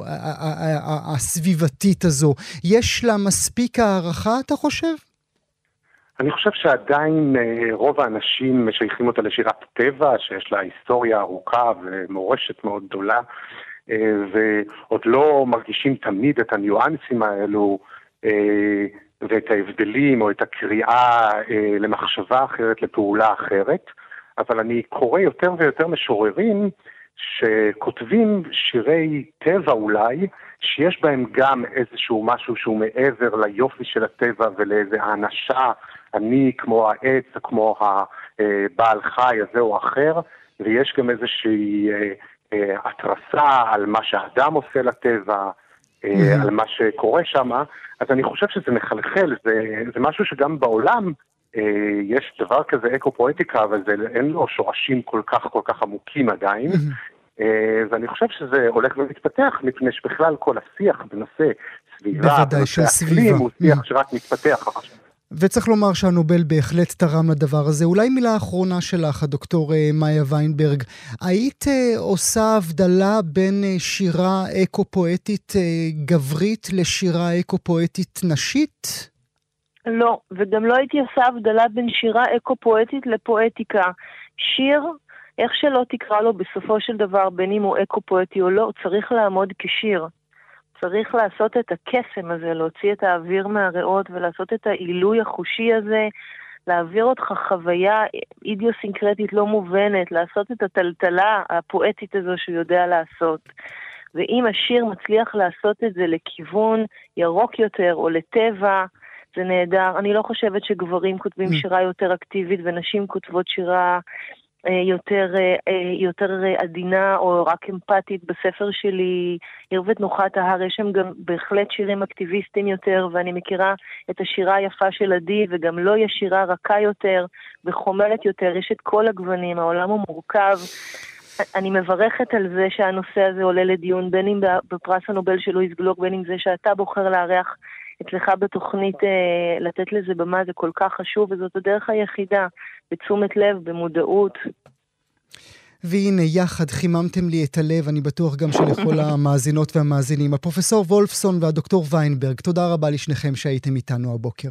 הסביבתית הזו? יש לה מספיק הערכה, אתה חושב? אני חושב שעדיין רוב האנשים משייכים אותה לשירת טבע, שיש לה היסטוריה ארוכה ומורשת מאוד גדולה, ועוד לא מרגישים תמיד את הניואנסים האלו, ואת ההבדלים או את הקריאה אה, למחשבה אחרת, לפעולה אחרת, אבל אני קורא יותר ויותר משוררים שכותבים שירי טבע אולי, שיש בהם גם איזשהו משהו שהוא מעבר ליופי של הטבע ולאיזה האנשה, אני כמו העץ, כמו הבעל חי הזה או אחר, ויש גם איזושהי אה, אה, התרסה על מה שהאדם עושה לטבע, Mm-hmm. על מה שקורה שם, אז אני חושב שזה מחלחל, זה, זה משהו שגם בעולם אה, יש דבר כזה אקו-פואטיקה, אבל זה, אין לו שורשים כל כך כל כך עמוקים עדיין, mm-hmm. אה, ואני חושב שזה הולך ומתפתח, מפני שבכלל כל השיח בנושא סביבה, בנושא אקלים, הוא שיח mm-hmm. שרק מתפתח עכשיו. וצריך לומר שהנובל בהחלט תרם לדבר הזה. אולי מילה אחרונה שלך, הדוקטור מאיה ויינברג. היית עושה הבדלה בין שירה אקו-פואטית גברית לשירה אקו-פואטית נשית? לא, וגם לא הייתי עושה הבדלה בין שירה אקו-פואטית לפואטיקה. שיר, איך שלא תקרא לו בסופו של דבר, בין אם הוא אקו-פואטי או לא, צריך לעמוד כשיר. צריך לעשות את הקסם הזה, להוציא את האוויר מהריאות ולעשות את העילוי החושי הזה, להעביר אותך חוויה אידיוסינקרטית לא מובנת, לעשות את הטלטלה הפואטית הזו שהוא יודע לעשות. ואם השיר מצליח לעשות את זה לכיוון ירוק יותר או לטבע, זה נהדר. אני לא חושבת שגברים כותבים שירה יותר אקטיבית ונשים כותבות שירה יותר, יותר עדינה או רק אמפתית. בספר שלי, ערבת נוחת ההר, יש שם גם בהחלט שירים אקטיביסטיים יותר, ואני מכירה את השירה היפה של עדי, וגם לא יש שירה רכה יותר וחומלת יותר, יש את כל הגוונים, העולם הוא מורכב. אני מברכת על זה שהנושא הזה עולה לדיון, בין אם בפרס הנובל של לואיס גלוק, בין אם זה שאתה בוחר לארח אצלך בתוכנית, אה, לתת לזה במה, זה כל כך חשוב, וזאת הדרך היחידה, בתשומת לב, במודעות. והנה, יחד חיממתם לי את הלב, אני בטוח גם שלכל המאזינות והמאזינים. הפרופסור וולפסון והדוקטור ויינברג, תודה רבה לשניכם שהייתם איתנו הבוקר.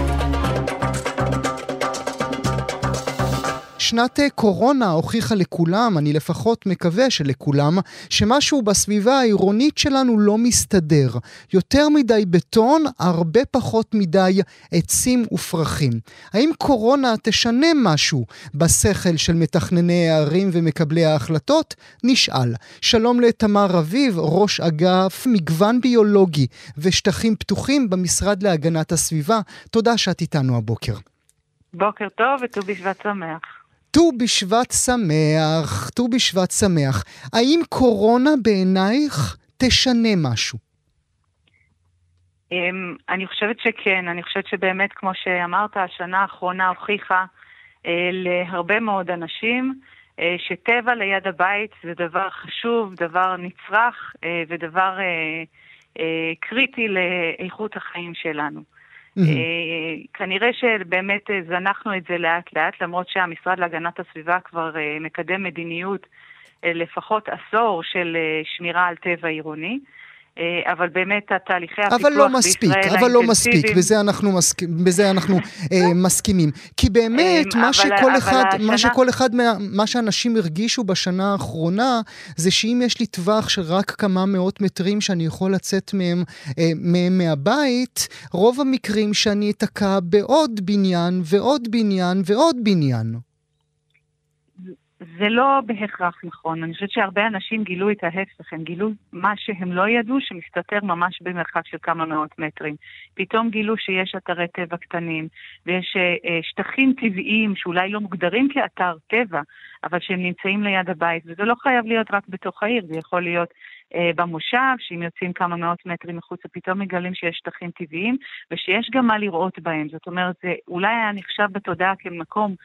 שנת קורונה הוכיחה לכולם, אני לפחות מקווה שלכולם, שמשהו בסביבה העירונית שלנו לא מסתדר. יותר מדי בטון, הרבה פחות מדי עצים ופרחים. האם קורונה תשנה משהו בשכל של מתכנני הערים ומקבלי ההחלטות? נשאל. שלום לתמר רביב, ראש אגף מגוון ביולוגי ושטחים פתוחים במשרד להגנת הסביבה. תודה שאת איתנו הבוקר. בוקר טוב וט"ו בשבט שמח. ט"ו בשבט שמח, ט"ו בשבט שמח. האם קורונה בעינייך תשנה משהו? אני חושבת שכן, אני חושבת שבאמת כמו שאמרת, השנה האחרונה הוכיחה להרבה מאוד אנשים שטבע ליד הבית זה דבר חשוב, דבר נצרך ודבר קריטי לאיכות החיים שלנו. כנראה שבאמת זנחנו את זה לאט לאט, למרות שהמשרד להגנת הסביבה כבר מקדם מדיניות לפחות עשור של שמירה על טבע עירוני. אבל באמת התהליכי הפיתוח אבל לא מספיק, אבל לא מספיק, בזה אנחנו מסכ... בזה אנחנו אה, מסכימים. כי באמת מה שכל אחד, מה שכל אחד מה, מה שאנשים הרגישו בשנה האחרונה זה שאם יש לי טווח של רק כמה מאות מטרים שאני יכול לצאת מהם, אה, מהם מהבית, רוב המקרים שאני אתקע בעוד בניין ועוד בניין ועוד בניין. זה לא בהכרח נכון. אני חושבת שהרבה אנשים גילו את ההפך, הם גילו מה שהם לא ידעו שמסתתר ממש במרחק של כמה מאות מטרים. פתאום גילו שיש אתרי טבע קטנים, ויש שטחים טבעיים שאולי לא מוגדרים כאתר טבע, אבל שהם נמצאים ליד הבית, וזה לא חייב להיות רק בתוך העיר, זה יכול להיות במושב, שאם יוצאים כמה מאות מטרים מחוץ, פתאום מגלים שיש שטחים טבעיים, ושיש גם מה לראות בהם. זאת אומרת, זה אולי היה נחשב בתודעה כמקום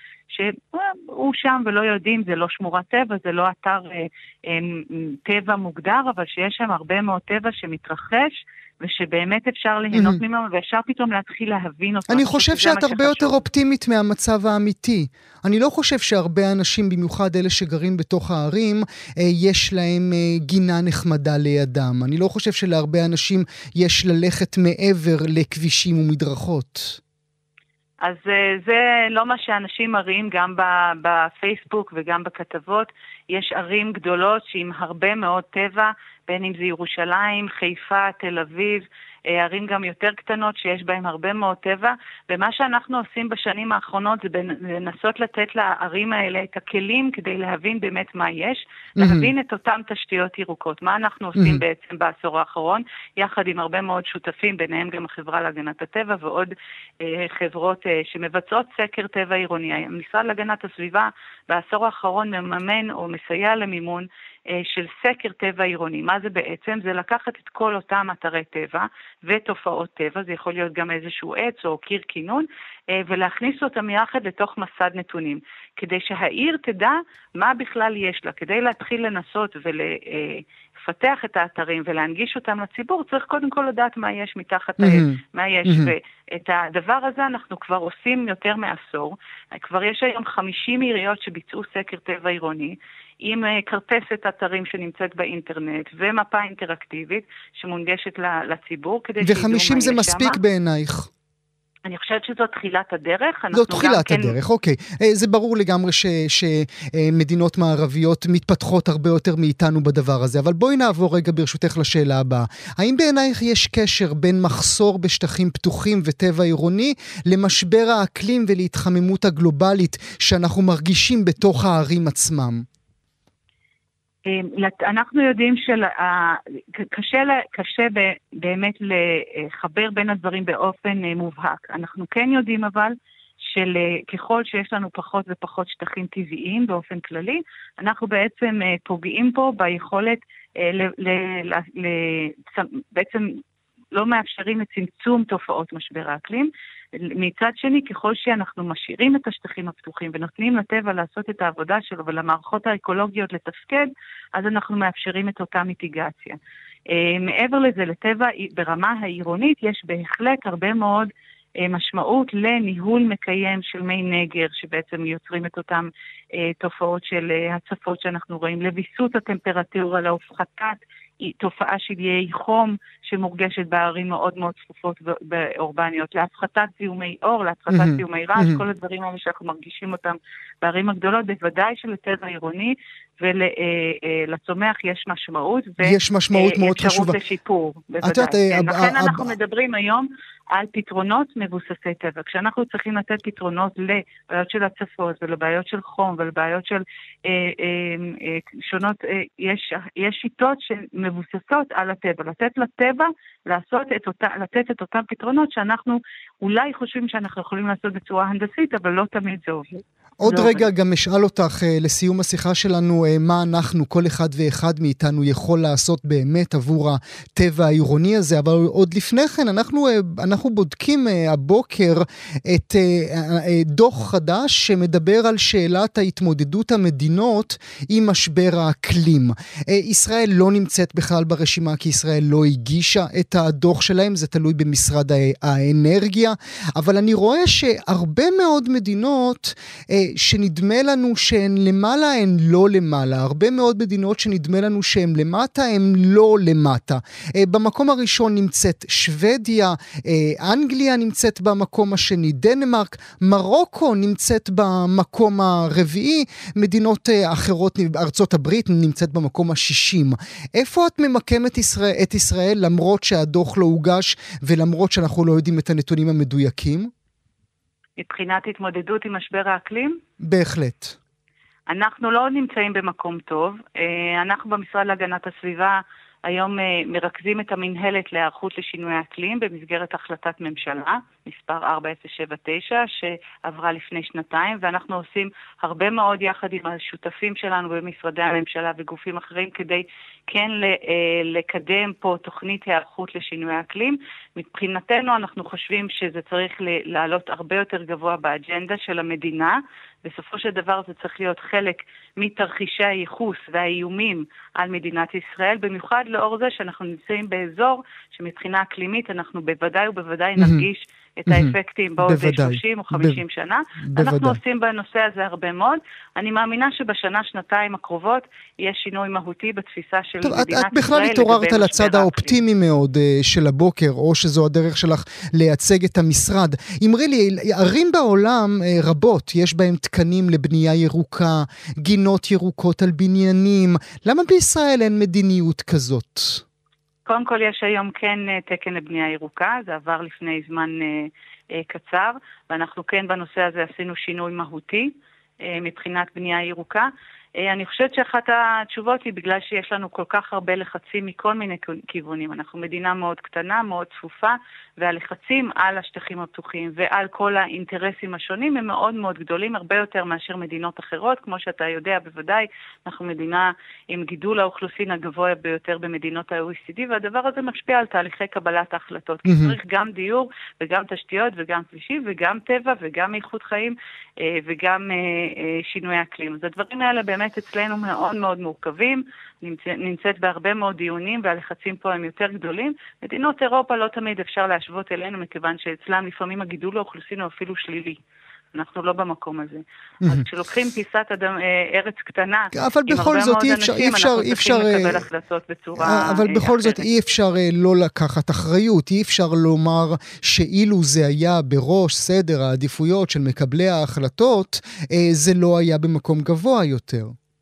שהוא שם ולא יודעים, זה לא שמורת טבע, זה לא אתר אה, אה, טבע מוגדר, אבל שיש שם הרבה מאוד טבע שמתרחש, ושבאמת אפשר ליהנות mm-hmm. ממנו, ואפשר פתאום להתחיל להבין אותו. אני חושב שאת הרבה יותר אופטימית מהמצב האמיתי. אני לא חושב שהרבה אנשים, במיוחד אלה שגרים בתוך הערים, יש להם גינה נחמדה לידם. אני לא חושב שלהרבה אנשים יש ללכת מעבר לכבישים ומדרכות. אז זה לא מה שאנשים מראים גם בפייסבוק וגם בכתבות. יש ערים גדולות שעם הרבה מאוד טבע, בין אם זה ירושלים, חיפה, תל אביב, ערים גם יותר קטנות שיש בהם הרבה מאוד טבע, ומה שאנחנו עושים בשנים האחרונות זה לנסות לתת לערים האלה את הכלים כדי להבין באמת מה יש, mm-hmm. להבין את אותם תשתיות ירוקות, מה אנחנו עושים mm-hmm. בעצם בעשור האחרון, יחד עם הרבה מאוד שותפים, ביניהם גם החברה להגנת הטבע ועוד אה, חברות אה, שמבצעות סקר טבע עירוני. המשרד להגנת הסביבה בעשור האחרון מממן או מסייע למימון של סקר טבע עירוני. מה זה בעצם? זה לקחת את כל אותם אתרי טבע ותופעות טבע, זה יכול להיות גם איזשהו עץ או קיר כינון, ולהכניס אותם יחד לתוך מסד נתונים, כדי שהעיר תדע מה בכלל יש לה. כדי להתחיל לנסות ולפתח את האתרים ולהנגיש אותם לציבור, צריך קודם כל לדעת מה יש מתחת העץ, מה יש, ואת הדבר הזה אנחנו כבר עושים יותר מעשור. כבר יש היום חמישים עיריות שביצעו סקר טבע עירוני, עם כרטסת אתרים שנמצאת באינטרנט, ומפה אינטראקטיבית שמונגשת לציבור. ו-חמישים זה מספיק בעינייך? אני חושבת שזו תחילת הדרך. זו תחילת הדרך, אוקיי. זה ברור לגמרי שמדינות מערביות מתפתחות הרבה יותר מאיתנו בדבר הזה, אבל בואי נעבור רגע ברשותך לשאלה הבאה. האם בעינייך יש קשר בין מחסור בשטחים פתוחים וטבע עירוני למשבר האקלים ולהתחממות הגלובלית שאנחנו מרגישים בתוך הערים עצמם? אנחנו יודעים שקשה באמת לחבר בין הדברים באופן מובהק. אנחנו כן יודעים אבל שככל שיש לנו פחות ופחות שטחים טבעיים באופן כללי, אנחנו בעצם פוגעים פה ביכולת, בעצם לא מאפשרים לצמצום תופעות משבר האקלים. מצד שני, ככל שאנחנו משאירים את השטחים הפתוחים ונותנים לטבע לעשות את העבודה שלו ולמערכות האקולוגיות לתפקד, אז אנחנו מאפשרים את אותה מיטיגציה. מעבר לזה, לטבע ברמה העירונית יש בהחלט הרבה מאוד משמעות לניהול מקיים של מי נגר, שבעצם יוצרים את אותם תופעות של הצפות שאנחנו רואים, לביסות הטמפרטורה, להפחתת תופעה של יהי חום שמורגשת בערים מאוד מאוד צפופות ואורבניות, להפחתת זיהומי אור, להפחתת זיהומי רעש, כל הדברים האלה שאנחנו מרגישים אותם בערים הגדולות, בוודאי שלטבע עירוני ולצומח יש משמעות. יש משמעות מאוד חשובה. ואפשרות לשיפור, בוודאי. לכן אנחנו מדברים היום על פתרונות מבוססי טבע. כשאנחנו צריכים לתת פתרונות לבעיות של הצפות ולבעיות של חום ולבעיות של אה, אה, אה, שונות, אה, יש, יש שיטות שמבוססות על הטבע. לתת לטבע לעשות את אותה, לתת את אותם פתרונות שאנחנו אולי חושבים שאנחנו יכולים לעשות בצורה הנדסית, אבל לא תמיד זה עובד. עוד רגע גם אשאל אותך לסיום השיחה שלנו, מה אנחנו, כל אחד ואחד מאיתנו יכול לעשות באמת עבור הטבע העירוני הזה, אבל עוד לפני כן אנחנו, אנחנו בודקים הבוקר את דוח חדש שמדבר על שאלת ההתמודדות המדינות עם משבר האקלים. ישראל לא נמצאת בכלל ברשימה כי ישראל לא הגישה את הדוח שלהם, זה תלוי במשרד האנרגיה, אבל אני רואה שהרבה מאוד מדינות שנדמה לנו שהן למעלה, הן לא למעלה. הרבה מאוד מדינות שנדמה לנו שהן למטה, הן לא למטה. במקום הראשון נמצאת שוודיה, אנגליה נמצאת במקום השני, דנמרק, מרוקו נמצאת במקום הרביעי, מדינות אחרות, ארצות הברית נמצאת במקום השישים. איפה את ממקמת ישראל, את ישראל למרות שהדוח לא הוגש ולמרות שאנחנו לא יודעים את הנתונים המדויקים? מבחינת התמודדות עם משבר האקלים? בהחלט. אנחנו לא נמצאים במקום טוב. אנחנו במשרד להגנת הסביבה היום מרכזים את המנהלת להיערכות לשינוי האקלים במסגרת החלטת ממשלה, מספר ארבע אפס שבע תשע, שעברה לפני שנתיים, ואנחנו עושים הרבה מאוד יחד עם השותפים שלנו במשרדי הממשלה וגופים אחרים, כדי כן לקדם פה תוכנית היערכות לשינוי האקלים. מבחינתנו אנחנו חושבים שזה צריך לעלות הרבה יותר גבוה באג'נדה של המדינה, בסופו של דבר זה צריך להיות חלק מתרחישי הייחוס והאיומים על מדינת ישראל, במיוחד לאור זה שאנחנו נמצאים באזור שמבחינה אקלימית אנחנו בוודאי ובוודאי נרגיש את האפקטים בעוד שלושים או חמישים שנה. אנחנו עושים בנושא הזה הרבה מאוד. אני מאמינה שבשנה, שנתיים הקרובות יש שינוי מהותי בתפיסה של מדינת ישראל. את בכלל התעוררת על הצד האופטימי מאוד של הבוקר, או שזו הדרך שלך לייצג את המשרד. אמרי לי, ערים בעולם רבות, יש בהם תקנים לבנייה ירוקה, גינות ירוקות על בניינים. למה בישראל אין מדיניות כזאת? קודם כל יש היום כן תקן לבנייה ירוקה, זה עבר לפני זמן אה, אה, קצר, ואנחנו כן בנושא הזה עשינו שינוי מהותי אה, מבחינת בנייה ירוקה. אה, אני חושבת שאחת התשובות היא בגלל שיש לנו כל כך הרבה לחצים מכל מיני כיוונים. אנחנו מדינה מאוד קטנה, מאוד צפופה, והלחצים על השטחים הפתוחים ועל כל האינטרסים השונים הם מאוד מאוד גדולים, הרבה יותר מאשר מדינות אחרות. כמו שאתה יודע בוודאי, אנחנו מדינה עם גידול האוכלוסין הגבוה ביותר במדינות ה-או אי סי די, והדבר הזה משפיע על תהליכי קבלת ההחלטות. כי צריך גם דיור וגם תשתיות וגם כבישים וגם טבע וגם איכות חיים וגם שינוי אקלים. אז הדברים האלה באמת אצלנו מאוד מאוד מורכבים, נמצאת בהרבה מאוד דיונים, והלחצים פה הם יותר גדולים. מדינות אירופה לא תמיד אפשר להשוות אלינו, מכיוון שאצלם לפעמים הגידול האוכלוסין הוא אפילו שלילי. אנחנו לא במקום הזה. אז כשלוקחים פיסת אדם, ארץ קטנה, אבל בכל זאת אי אפשר, אי אפשר, אי אפשר, אבל בכל זאת אי אפשר לא לקחת אחריות, אי אפשר לומר שאילו זה היה בראש סדר העדיפויות של מקבלי ההחלטות, זה לא היה במקום גבוה יותר.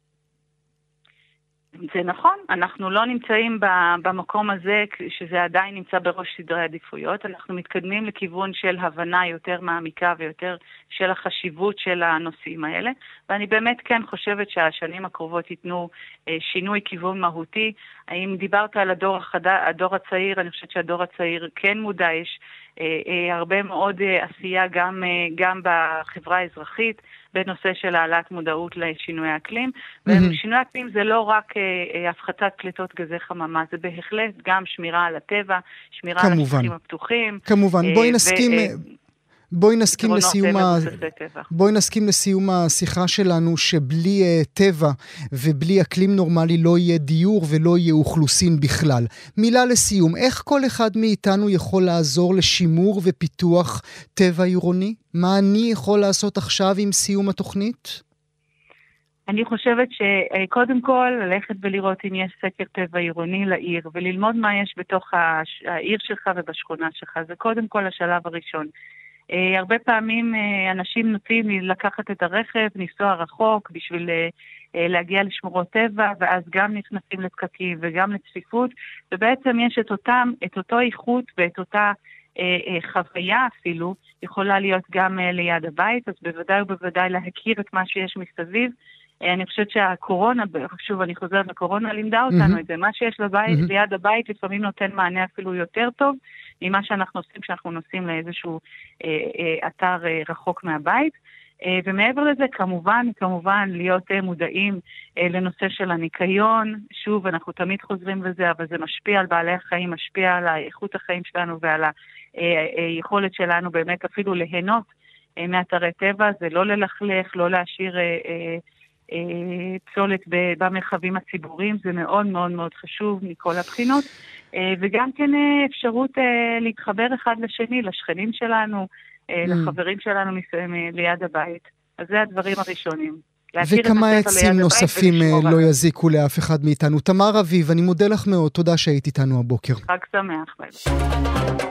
זה נכון, אנחנו לא נמצאים במקום הזה שזה עדיין נמצא בראש סדרי עדיפויות, אנחנו מתקדמים לכיוון של הבנה יותר מעמיקה ויותר של החשיבות של הנושאים האלה, ואני באמת כן חושבת שהשנים הקרובות ייתנו שינוי כיוון מהותי. האם דיברת על הדור החדש, הדור הצעיר, אני חושבת שהדור הצעיר כן מודע, יש הרבה מאוד עשייה גם, גם בחברה האזרחית, בנושא של העלאת מודעות לשינוי האקלים, ושינוי האקלים זה לא רק הפחתת פליטות גזי חממה, זה בהחלט גם שמירה על הטבע, שמירה על השטחים הפתוחים. כמובן, בואי נסכים... בואי נסכים לסיום ה... בואי נסכים לסיום השיחה שלנו שבלי uh, טבע ובלי אקלים נורמלי לא יהיה דיור ולא יהיה אוכלוסין בכלל. מילה לסיום, איך כל אחד מאיתנו יכול לעזור לשימור ופיתוח טבע עירוני? מה אני יכול לעשות עכשיו עם סיום התוכנית? אני חושבת שקודם כל ללכת ולראות אם יש סקר טבע עירוני לעיר וללמוד מה יש בתוך העיר שלך ובשכונה שלך. זה קודם כל השלב הראשון. Uh, הרבה פעמים uh, אנשים נוטים לקחת את הרכב, ניסוע רחוק בשביל uh, להגיע לשמורות טבע, ואז גם נכנסים לפקקים וגם לצפיפות, ובעצם יש את אותם, את אותו איכות ואת אותה חוויה אפילו, יכולה להיות גם ליד הבית, אז בוודאי ובוודאי להכיר את מה שיש מסביב. אני חושבת שהקורונה, שוב אני חוזרת לקורונה, לימדה אותנו את זה, מה שיש לבית, ליד הבית לפעמים נותן מענה אפילו יותר טוב, ממה שאנחנו עושים כשאנחנו נוסעים לאיזשהו אתר רחוק מהבית. ומעבר לזה, כמובן, כמובן, להיות מודעים לנושא של הניקיון. שוב, אנחנו תמיד חוזרים לזה, אבל זה משפיע על בעלי החיים, משפיע על איכות החיים שלנו ועל היכולת שלנו באמת אפילו ליהנות מאתרי טבע. זה לא ללכלך, לא להשאיר פסולת במרחבים הציבוריים, זה מאוד מאוד מאוד חשוב מכל הבחינות. וגם כן אפשרות להתחבר אחד לשני, לשכנים שלנו, לחברים שלנו ליד הבית. אז זה הדברים הראשונים. וכמה עצים נוספים לא יזיקו לאף אחד מאיתנו. תמר אביב, אני מודה לך מאוד, תודה שהיית איתנו הבוקר. חג שמח.